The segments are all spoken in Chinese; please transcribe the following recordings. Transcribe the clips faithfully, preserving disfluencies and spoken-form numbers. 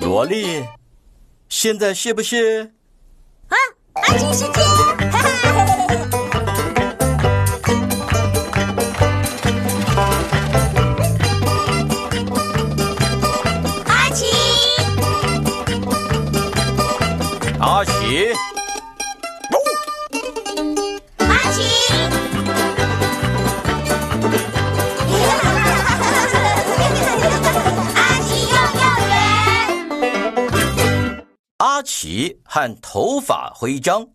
萝莉，现在是不是？ 啊，阿奇时间！哈哈。阿奇， 阿奇， 阿奇。 阿奇和头发徽章。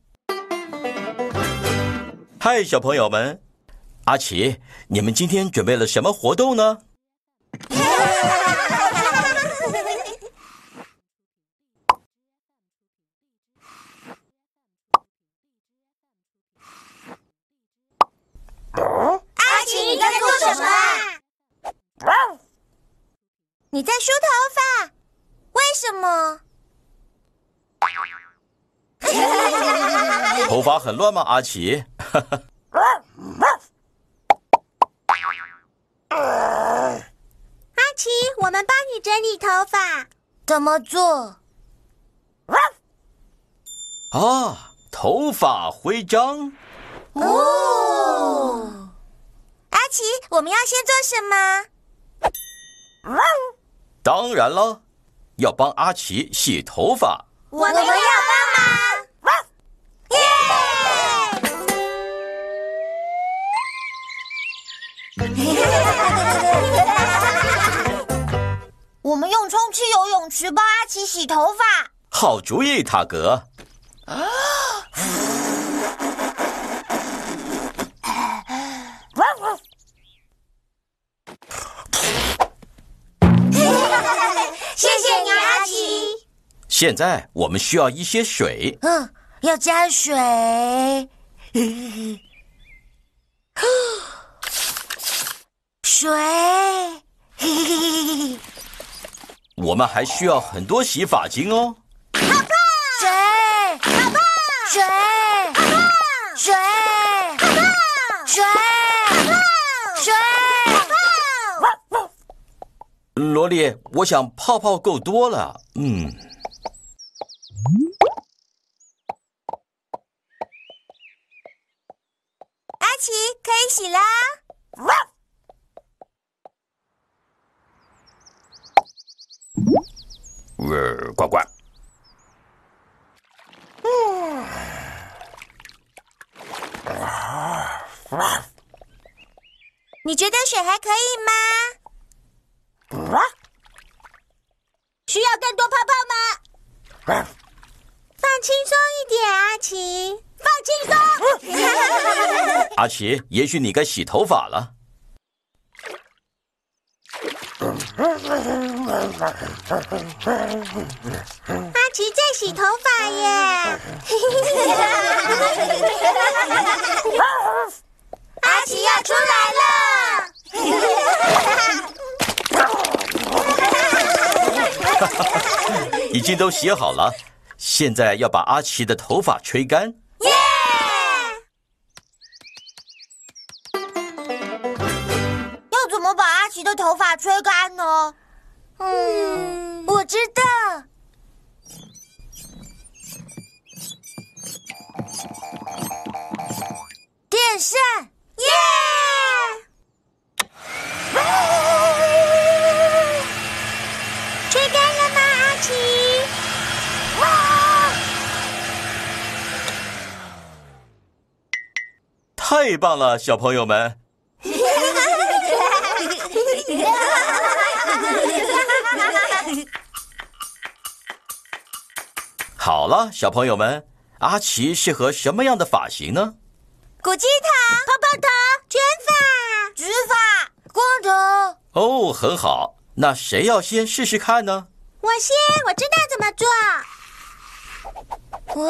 嗨，小朋友们，阿奇，你们今天准备了什么活动呢？ 阿奇，你在做什么啊？你在梳头发？为什么？ 头发很乱吗，阿奇？ 阿奇，我们帮你整理头发，怎么做？ 啊，头发徽章。 哦，阿奇，我们要先做什么？ 当然了，要帮阿奇洗头发。 我们要帮忙！耶！我们用充气游泳池帮阿奇洗头发。 好主意，塔格。 谢谢你，阿奇。 现在我们需要一些水。 嗯，要加水。水。 我们还需要很多洗发精哦。 好棒！水，好棒！水，好棒！水，好棒！水，好棒！水，好棒！ 萝莉，我想泡泡够多了。嗯。 阿奇，可以洗啦。 呃，呱呱。 嗯。你觉得水还可以吗？需要更多泡泡吗？放轻松一点，阿奇，放轻松。 阿奇，也许你该洗头发了。 阿奇在洗头发耶！阿奇要出来了！ 已经都洗好了，现在要把阿奇的头发吹干。 耶！要怎么把阿奇的头发吹干呢？嗯，我知道。电扇，耶！吹干了吗，阿奇？ 太棒了，小朋友们！好了，小朋友们，阿奇适合什么样的发型呢？ 古鸡头、泡泡头、卷发、直发、光头。 哦，很好。那谁要先试试看呢？ 我先，我知道怎么做。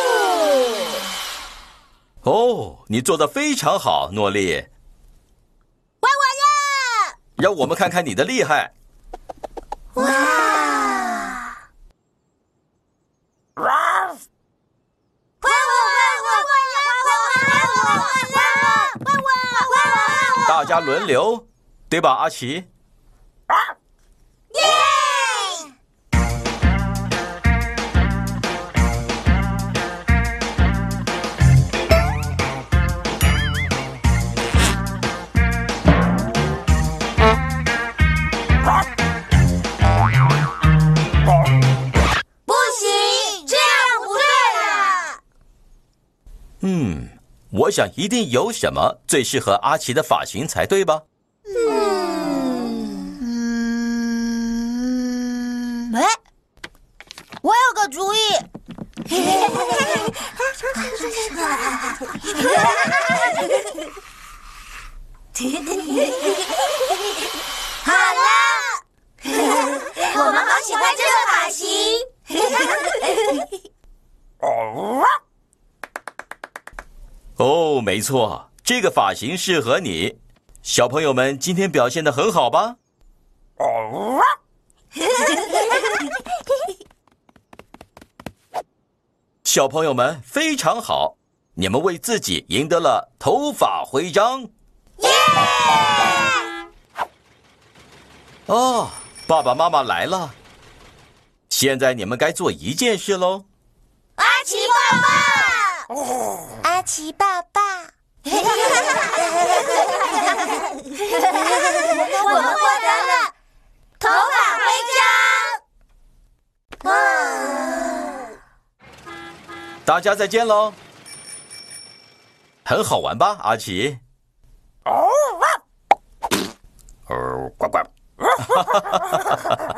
哦， 哦，你做得非常好，诺丽。 换我了！ 让我们看看你的厉害。 哇！换我，换我，换我，换我，换我，换我，换我， 大家轮流，对吧，阿奇？ 耶！ 我想一定有什么最适合阿奇的发型才对吧？ 嗯嗯，哎，我有个主意。好了，我们好喜欢这个发型。 哦，没错，这个发型适合你。小朋友们今天表现得很好吧？小朋友们非常好，你们为自己赢得了头发徽章。 耶！ 哦，爸爸妈妈来了。现在你们该做一件事喽。 阿奇爸爸，阿奇爸爸，我们获得了头发徽章。 大家再见喽。很好玩吧，阿奇？哦，呱呱。